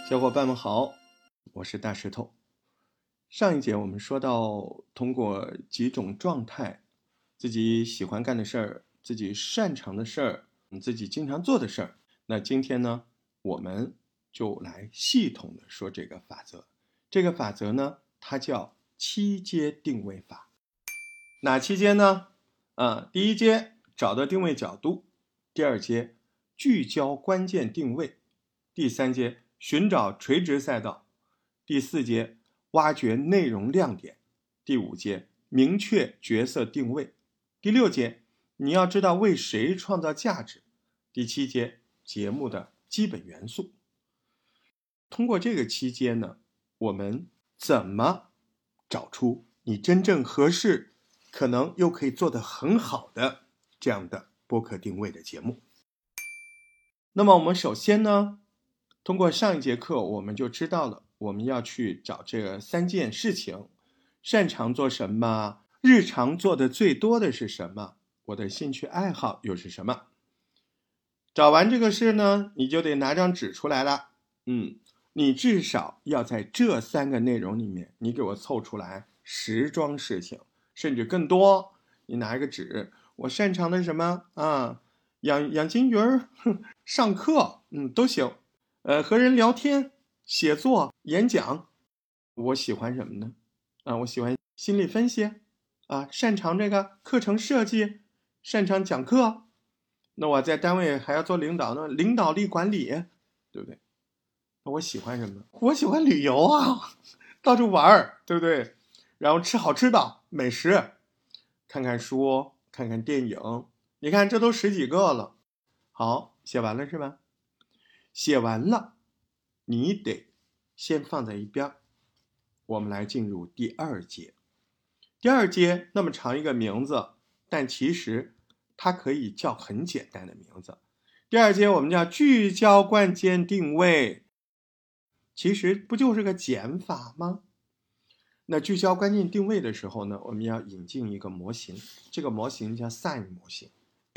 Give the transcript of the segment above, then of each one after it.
小伙伴们好，我是大石头。上一节我们说到，通过几种状态，自己喜欢干的事儿，自己擅长的事儿，自己经常做的事儿。那今天呢，我们就来系统的说这个法则。这个法则呢，它叫7阶定位法。哪7阶呢？第一阶找到定位角度，第二阶聚焦关键定位，第三阶寻找垂直赛道，第四阶挖掘内容亮点，第五阶明确角色定位，第六阶你要知道为谁创造价值，第7阶节目的基本元素。通过这个7阶呢，我们怎么找出你真正合适，可能又可以做得很好的这样的播客定位的节目。那么我们首先呢，通过上一节课我们就知道了，我们要去找这3件事情，擅长做什么，日常做的最多的是什么，我的兴趣爱好又是什么。找完这个事呢，你就得拿张纸出来了。你至少要在这3个内容里面，你给我凑出来10桩事情，甚至更多。你拿一个纸，我擅长的什么啊？养金鱼儿，上课，都行。和人聊天、写作、演讲。我喜欢什么呢？我喜欢心理分析，擅长这个课程设计，擅长讲课。那我在单位还要做领导呢，领导力管理，对不对？那我喜欢什么？我喜欢旅游啊，到处玩，对不对？然后吃好吃的美食，看看书，看看电影。你看这都10几个了。好，写完了是吧？写完了，你得先放在一边。我们来进入第2阶。第2阶那么长一个名字，但其实它可以叫很简单的名字。第2阶我们叫聚焦关键定位，其实不就是个减法吗？那聚焦关键定位的时候呢，我们要引进一个模型，这个模型叫 SIGN 模型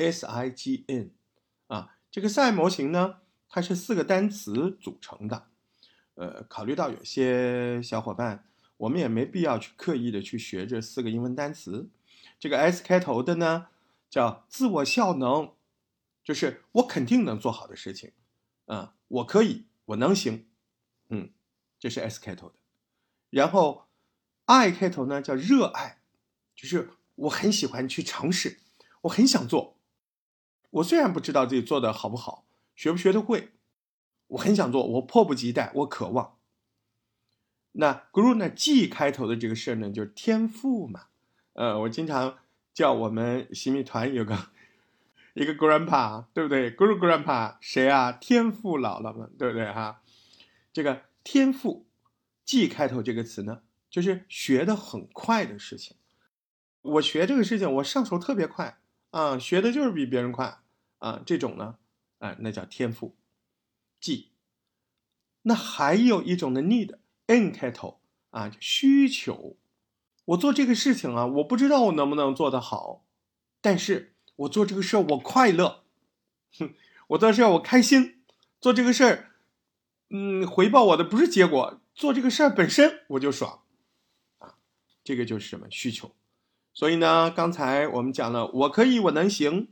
，SIGN。这个 SIGN 模型呢，它是4个单词组成的。考虑到有些小伙伴，我们也没必要去刻意的去学这4个英文单词。这个 S 开头的呢，叫自我效能，就是我肯定能做好的事情，我可以，我能行，这是 S 开头的。然后 I 开头呢，叫热爱，就是我很喜欢去尝试，我很想做。我虽然不知道自己做的好不好，学不学得会，我很想做，我迫不及待，我渴望。那 GRU 呢 G 开头的这个事呢，就是天赋嘛。我经常叫我们洗米团有一个 grandpa， 对不对？ GRU grandpa 谁啊？天赋姥姥们，对不对哈？这个天赋 G 开头这个词呢，就是学得很快的事情。我学这个事情我上手特别快学的就是比别人快这种呢那叫天赋 G。 那还有一种的 need N 开头需求。我做这个事情我不知道我能不能做得好，但是我做这个事儿我快乐，我做事儿我开心，做这个事儿回报我的不是结果，做这个事儿本身我就爽这个就是什么需求。所以呢，刚才我们讲了我可以我能行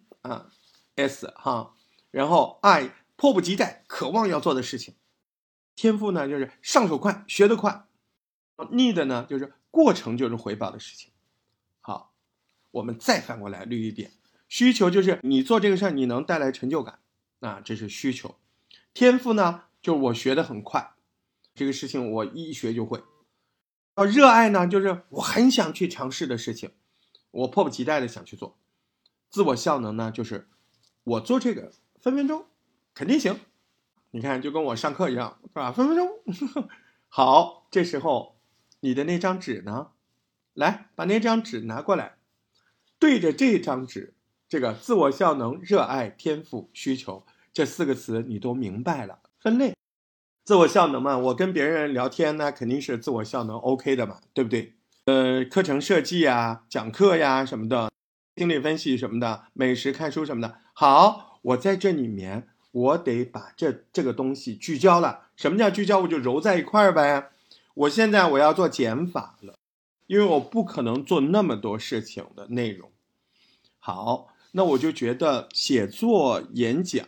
S 然后 I 迫不及待渴望要做的事情。天赋呢就是上手快学得快。need 呢就是过程就是回报的事情。好，我们再反过来捋一遍。需求就是你做这个事儿你能带来成就感这是需求。天赋呢就是我学得很快，这个事情我一学就会。热爱呢就是我很想去尝试的事情，我迫不及待的想去做。自我效能呢就是我做这个分分钟肯定行，你看就跟我上课一样是吧？分分钟好，这时候你的那张纸呢，来把那张纸拿过来，对着这张纸，这个自我效能、热爱、天赋、需求这4个词你都明白了。分类自我效能嘛，我跟别人聊天那肯定是自我效能 OK 的嘛，对不对？课程设计讲课什么的，心理分析什么的，美食看书什么的。好，我在这里面我得把这个东西聚焦了。什么叫聚焦？我就揉在一块儿呗。我现在我要做减法了，因为我不可能做那么多事情的内容。好，那我就觉得写作演讲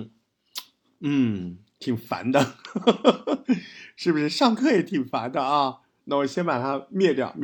挺烦的是不是？上课也挺烦的啊。那我先把它灭掉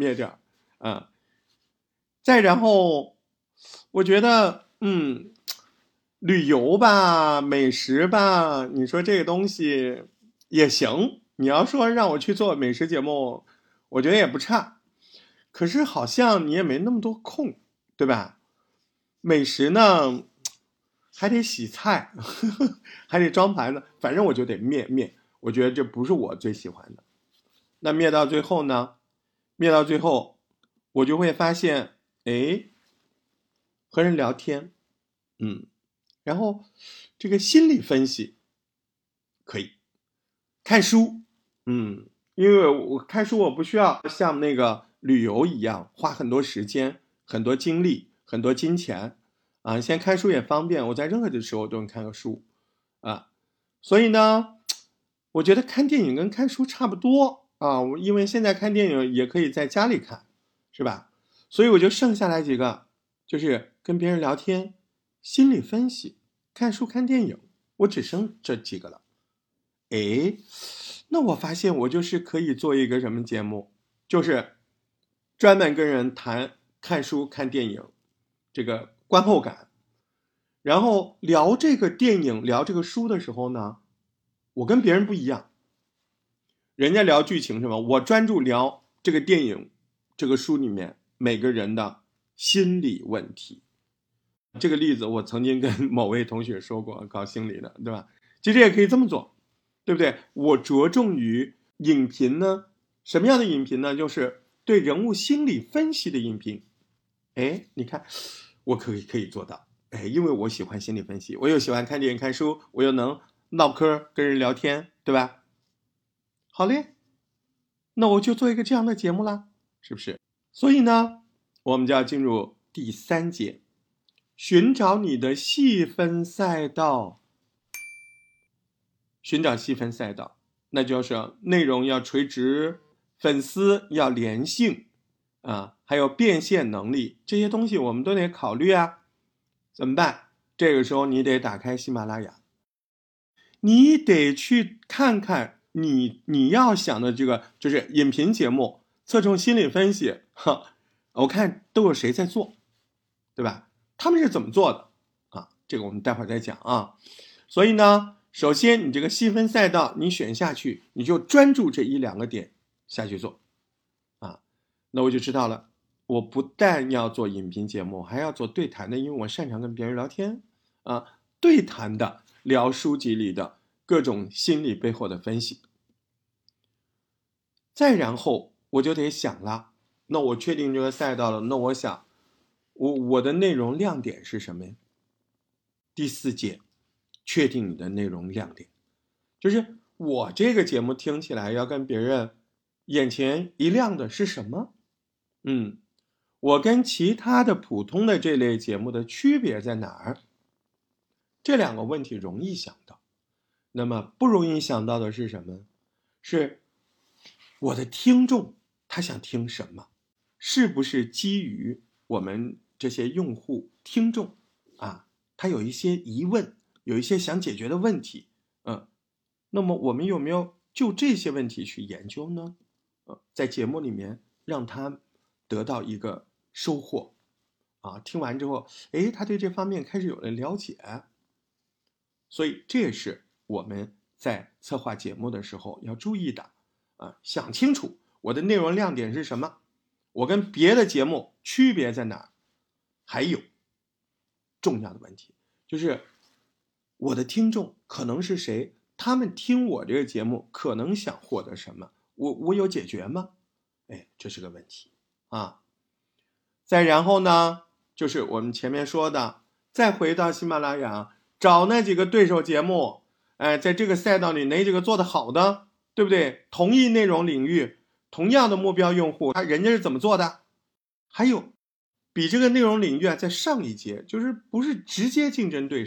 再然后我觉得旅游吧，美食吧，你说这个东西也行。你要说让我去做美食节目，我觉得也不差。可是好像你也没那么多空，对吧？美食呢，还得洗菜，还得装盘子，反正我就得灭。我觉得这不是我最喜欢的。那灭到最后呢？灭到最后，我就会发现，哎，和人聊天，然后这个心理分析可以，看书，因为我看书我不需要像那个旅游一样花很多时间、很多精力、很多金钱啊。现在看书也方便，我在任何的时候都能看个书啊。所以呢，我觉得看电影跟看书差不多啊。因为现在看电影也可以在家里看，是吧？所以我就剩下来几个，就是跟别人聊天、心理分析、看书、看电影，我只剩这几个了。诶，那我发现我就是可以做一个什么节目，就是专门跟人谈看书、看电影这个观后感，然后聊这个电影、聊这个书的时候呢，我跟别人不一样。人家聊剧情是吧？我专注聊这个电影、这个书里面每个人的心理问题。这个例子我曾经跟某位同学说过，搞心理的，对吧？其实也可以这么做，对不对？我着重于影评呢，什么样的影评呢？就是对人物心理分析的影评。哎，你看，我可以做到。哎，因为我喜欢心理分析，我又喜欢看电影、看书，我又能唠嗑跟人聊天，对吧？好嘞，那我就做一个这样的节目啦，是不是？所以呢，我们就要进入第3节，寻找你的细分赛道。寻找细分赛道，那就是内容要垂直，粉丝要连性啊，还有变现能力，这些东西我们都得考虑啊。怎么办？这个时候你得打开喜马拉雅，你得去看看你要想的这个就是影评节目，侧重心理分析，我看都有谁在做，对吧？他们是怎么做的啊？这个我们待会儿再讲啊。所以呢，首先你这个细分赛道你选下去，你就专注这1-2个点下去做啊。那我就知道了，我不但要做影评节目，还要做对谈的，因为我擅长跟别人聊天啊。对谈的聊书籍里的各种心理背后的分析。再然后我就得想了，那我确定这个赛道了，那我想我的内容亮点是什么呀？第4节，确定你的内容亮点，就是我这个节目听起来要跟别人眼前一亮的是什么？我跟其他的普通的这类节目的区别在哪儿？这2个问题容易想到，那么不容易想到的是什么？是我的听众他想听什么？是不是基于我们这些用户听众啊，他有一些疑问，有一些想解决的问题，那么我们有没有就这些问题去研究呢？在节目里面让他得到一个收获啊，听完之后，他对这方面开始有了了解。所以这也是我们在策划节目的时候要注意的啊，想清楚我的内容亮点是什么，我跟别的节目区别在哪儿。还有重要的问题就是我的听众可能是谁，他们听我这个节目可能想获得什么，我有解决吗？这是个问题啊。再然后呢，就是我们前面说的，再回到喜马拉雅找那几个对手节目，在这个赛道里哪几个做得好的，对不对？同一内容领域，同样的目标用户，人家是怎么做的？还有比这个内容领域在上一阶，就是不是直接竞争对手，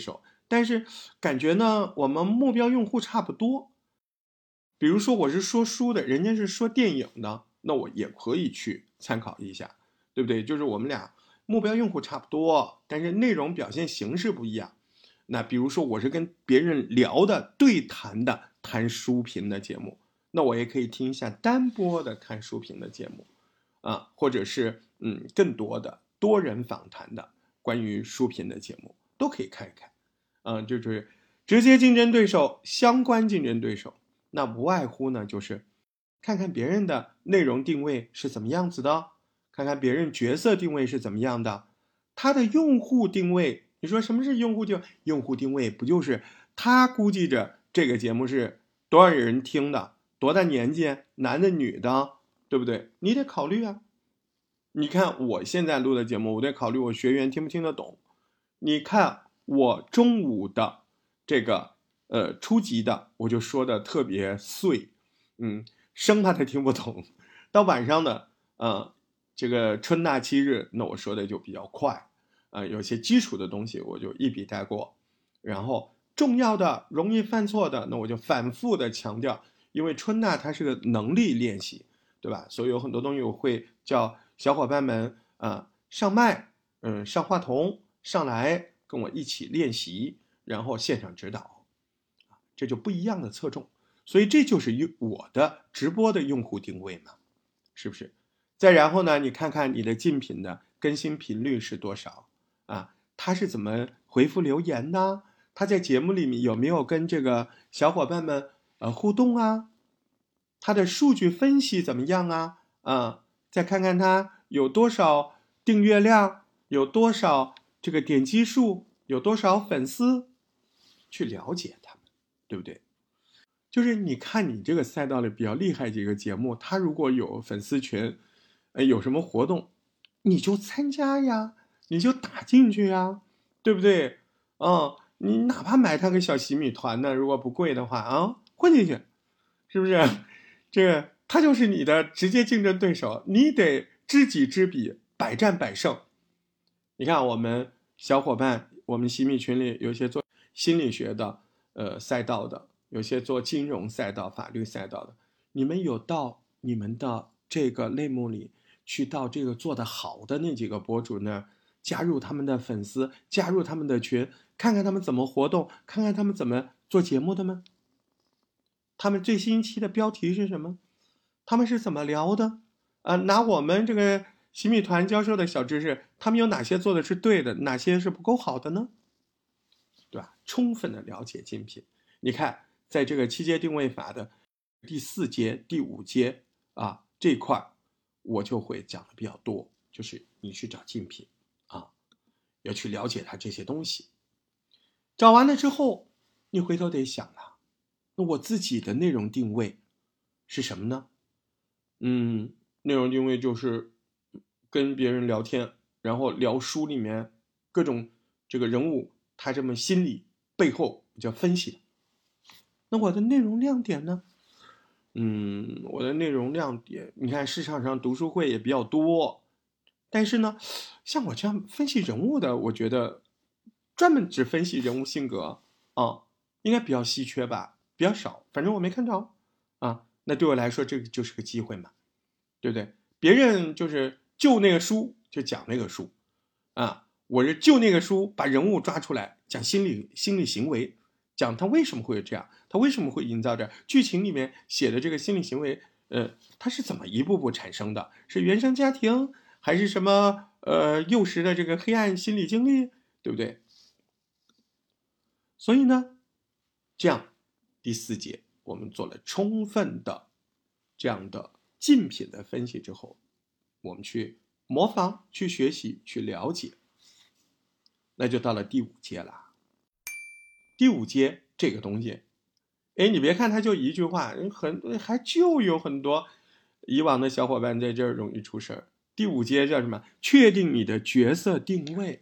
但是感觉呢，我们目标用户差不多。比如说我是说书的，人家是说电影的，那我也可以去参考一下，对不对？就是我们俩目标用户差不多，但是内容表现形式不一样。那比如说我是跟别人聊的、对谈的谈书评的节目，那我也可以听一下单播的看书评的节目啊，或者是更多的多人访谈的关于书评的节目都可以看一看。就是直接竞争对手、相关竞争对手，那无外乎呢就是看看别人的内容定位是怎么样子的，看看别人角色定位是怎么样的，他的用户定位。你说什么是用户定位？用户定位不就是他估计着这个节目是多少人听的，多大年纪，男的女的，对不对？你得考虑啊。你看我现在录的节目，我得考虑我学员听不听得懂。你看我中午的这个初级的，我就说的特别碎，生怕他听不懂。到晚上的这个春纳七日，那我说的就比较快。有些基础的东西我就一笔带过，然后重要的容易犯错的，那我就反复的强调，因为春纳它是个能力练习，对吧？所以有很多东西我会叫小伙伴们上麦，上话筒上来跟我一起练习，然后现场指导，这就不一样的侧重。所以这就是我的直播的用户定位嘛，是不是？再然后呢，你看看你的竞品的更新频率是多少啊？他是怎么回复留言的？他在节目里面有没有跟这个小伙伴们互动啊？他的数据分析怎么样啊？再看看他有多少订阅量，有多少这个点击数，有多少粉丝，去了解他们，对不对？就是你看你这个赛道里比较厉害几个节目，他如果有粉丝群，有什么活动，你就参加呀，你就打进去呀，对不对？你哪怕买他个小洗米团呢，如果不贵的话混进去，是不是？这个他就是你的直接竞争对手，你得知己知彼，百战百胜。你看我们小伙伴，我们洗米群里有些做心理学的赛道的，有些做金融赛道、法律赛道的，你们有到你们的这个类目里去，到这个做得好的那几个博主那儿，加入他们的粉丝，加入他们的群，看看他们怎么活动，看看他们怎么做节目的吗？他们最新期的标题是什么？他们是怎么聊的？拿我们这个洗米团教授的小知识，他们有哪些做的是对的，哪些是不够好的呢？对吧？充分的了解竞品。你看，在这个7阶定位法的第4阶、第5阶这一块，我就会讲的比较多，就是你去找竞品要去了解它这些东西。找完了之后，你回头得想了，那我自己的内容定位是什么呢？内容定位就是跟别人聊天，然后聊书里面各种这个人物他这么心理背后叫分析。那我的内容亮点呢？我的内容亮点，你看市场上读书会也比较多，但是呢，像我这样分析人物的，我觉得专门只分析人物性格应该比较稀缺吧，比较少，反正我没看着那对我来说这个就是个机会嘛，对不对？别人就是就那个书就讲那个书我是就那个书把人物抓出来讲心理行为，讲他为什么会有这样，他为什么会营造这剧情里面写的这个心理行为他是怎么一步步产生的，是原生家庭还是什么幼时的这个黑暗心理经历，对不对？所以呢，这样第4节我们做了充分的这样的竞品的分析之后，我们去模仿、去学习、去了解，那就到了第5阶了。第5阶这个东西，你别看它就一句话，还就有很多以往的小伙伴在这儿容易出事儿。第5阶叫什么？确定你的角色定位。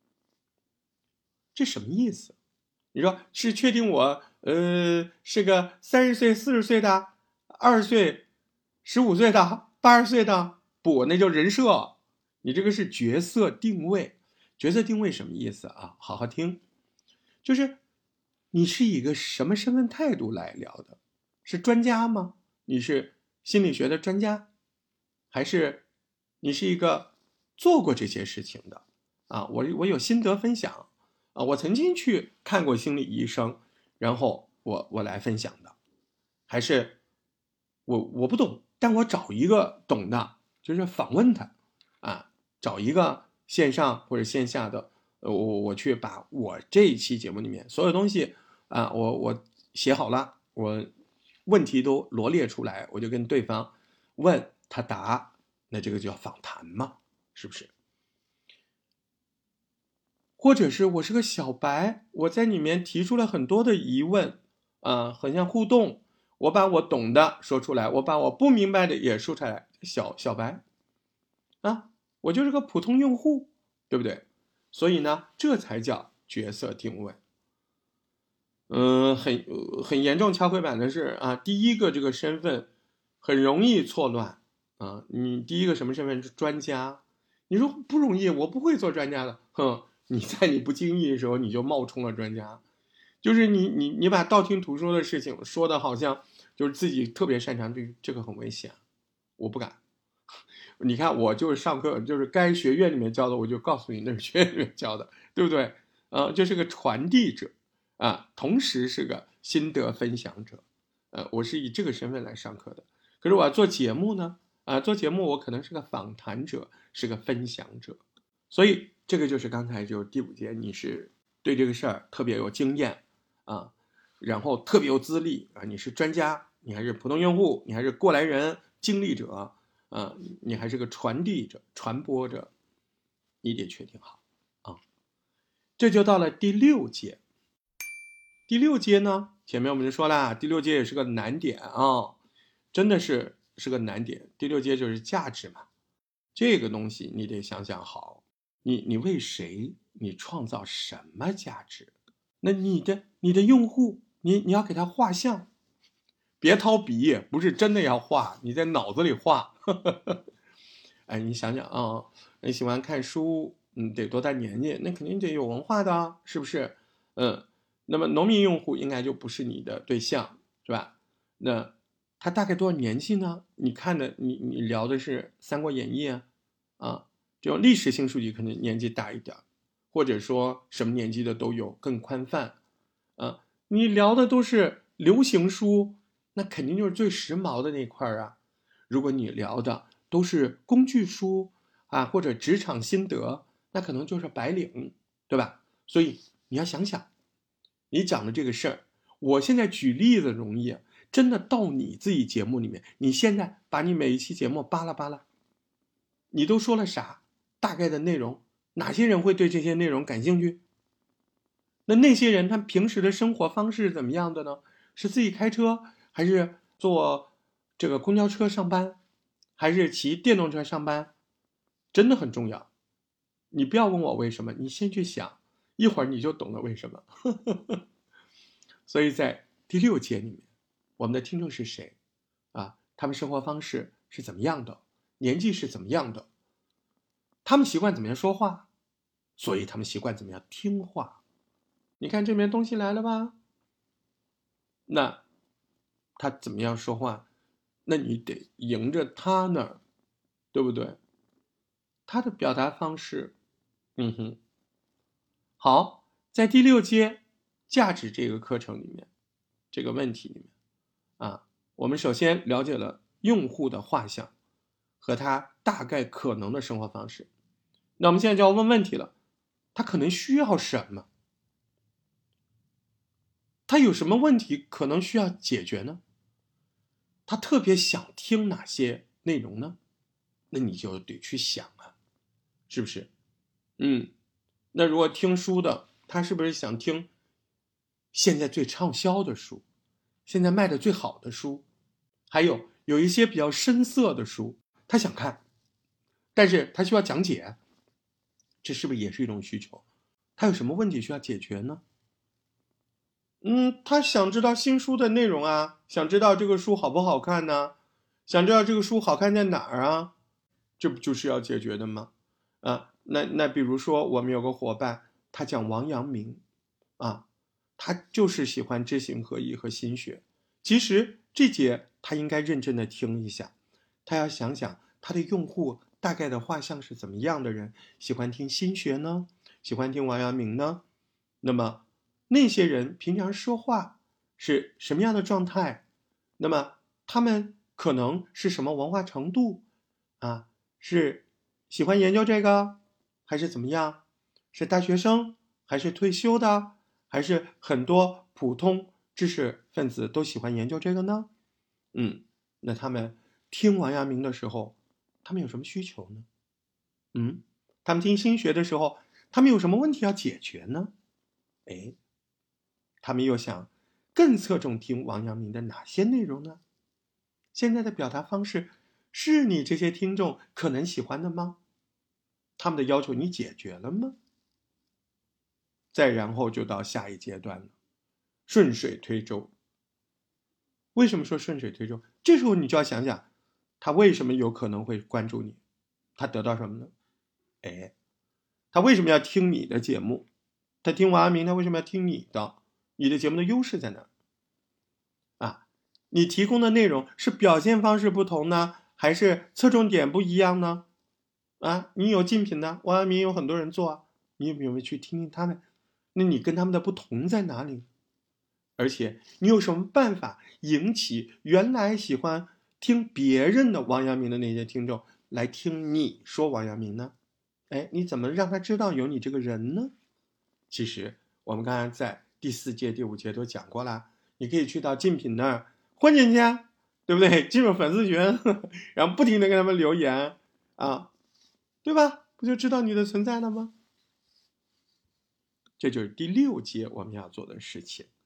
这什么意思？你说是确定我是个30岁、40岁的、20岁、15岁的、80岁的？不，那叫人设。你这个是角色定位。角色定位什么意思啊？好好听。 就是你是以一个什么身份态度来聊的？是专家吗？你是心理学的专家，还是你是一个做过这些事情的啊？我有心得分享啊，我曾经去看过心理医生，然后我来分享的，还是我不懂，但我找一个懂的，就是访问他啊，找一个线上或者线下的，我去把我这一期节目里面所有东西啊，我写好了，我问题都罗列出来，我就跟对方问他答，那这个叫访谈嘛，是不是？或者是我是个小白，我在里面提出了很多的疑问啊，很像互动，我把我懂的说出来，我把我不明白的也说出来，小白啊，我就是个普通用户，对不对？所以呢，这才叫角色定位。很严重敲黑板的是啊，第一个这个身份很容易错乱啊。你第一个什么身份是专家？你说不容易，我不会做专家的，哼。你在你不经意的时候，你就冒充了专家，就是你把道听途说的事情说的好像就是自己特别擅长，这个很危险，我不敢。你看，我就是上课，就是该学院里面教的，我就告诉你那是学院里面教的，对不对？就是个传递者啊，同时是个心得分享者。我是以这个身份来上课的。可是我要做节目呢，做节目我可能是个访谈者，是个分享者。所以这个就是刚才就第5节，你是对这个事儿特别有经验啊，然后特别有资历啊，你是专家，你还是普通用户，你还是过来人、经历者啊，你还是个传递者、传播者，你得确定好啊。这就到了第6节。第6节呢，前面我们就说了，第6节也是个难点啊，真的是个难点。第6节就是价值嘛，这个东西你得想想好。你为谁？你创造什么价值？那你的用户，你要给他画像，别掏笔，不是真的要画，你在脑子里画。哎，你想想啊，你喜欢看书，得多大年纪？那肯定得有文化的啊，是不是？那么农民用户应该就不是你的对象，是吧？那他大概多少年纪呢？你看的，你聊的是《三国演义》啊，这种历史性数据可能年纪大一点，或者说什么年纪的都有，更宽泛。你聊的都是流行书，那肯定就是最时髦的那块啊。如果你聊的都是工具书啊，或者职场心得，那可能就是白领，对吧？所以你要想想，你讲的这个事儿，我现在举例子容易，真的到你自己节目里面，你现在把你每一期节目扒拉扒拉，你都说了啥？大概的内容，哪些人会对这些内容感兴趣？那些人他平时的生活方式是怎么样的呢？是自己开车，还是坐这个公交车上班，还是骑电动车上班？真的很重要。你不要问我为什么，你先去想，一会儿你就懂了为什么。所以在第6节里面，我们的听众是谁啊？他们生活方式是怎么样的？年纪是怎么样的？他们习惯怎么样说话？所以他们习惯怎么样听话？你看这边东西来了吧？那他怎么样说话？那你得迎着他那儿，对不对？他的表达方式，好，在第6节价值这个课程里面，这个问题里面啊，我们首先了解了用户的画像和他大概可能的生活方式。那我们现在就要问问题了，他可能需要什么？他有什么问题可能需要解决呢？他特别想听哪些内容呢？那你就得去想啊，是不是？那如果听书的，他是不是想听现在最畅销的书，现在卖的最好的书，还有一些比较深色的书，他想看，但是他需要讲解，这是不是也是一种需求？他有什么问题需要解决呢？他想知道新书的内容啊，想知道这个书好不好看呢？想知道这个书好看在哪儿啊？这不就是要解决的吗？那比如说我们有个伙伴，他讲王阳明啊， 他就是喜欢知行合一和心学。其实这节他应该认真的听一下，他要想想他的用户大概的画像是怎么样的人，喜欢听心学呢？喜欢听王阳明呢？那么那些人平常说话是什么样的状态？那么他们可能是什么文化程度啊？是喜欢研究这个，还是怎么样？是大学生，还是退休的，还是很多普通知识分子都喜欢研究这个呢？那他们听王阳明的时候，他们有什么需求呢？他们听心学的时候，他们有什么问题要解决呢？他们又想更侧重听王阳明的哪些内容呢？现在的表达方式是你这些听众可能喜欢的吗？他们的要求你解决了吗？再然后就到下一阶段了，顺水推舟。为什么说顺水推舟？这时候你就要想想，他为什么有可能会关注你？他得到什么呢？他为什么要听你的节目？他听王阳明，他为什么要听你的？你的节目的优势在哪？你提供的内容是表现方式不同呢，还是侧重点不一样呢？你有竞品的，王阳明有很多人做啊，你有没有去听听他们？那你跟他们的不同在哪里？而且你有什么办法引起原来喜欢听别人的王阳明的那些听众来听你说王阳明呢？你怎么让他知道有你这个人呢？其实我们刚才在第4节、第5节都讲过了，你可以去到竞品那儿混进去，对不对？进入粉丝群，然后不停的给他们留言啊，对吧？不就知道你的存在了吗？这就是第6节我们要做的事情。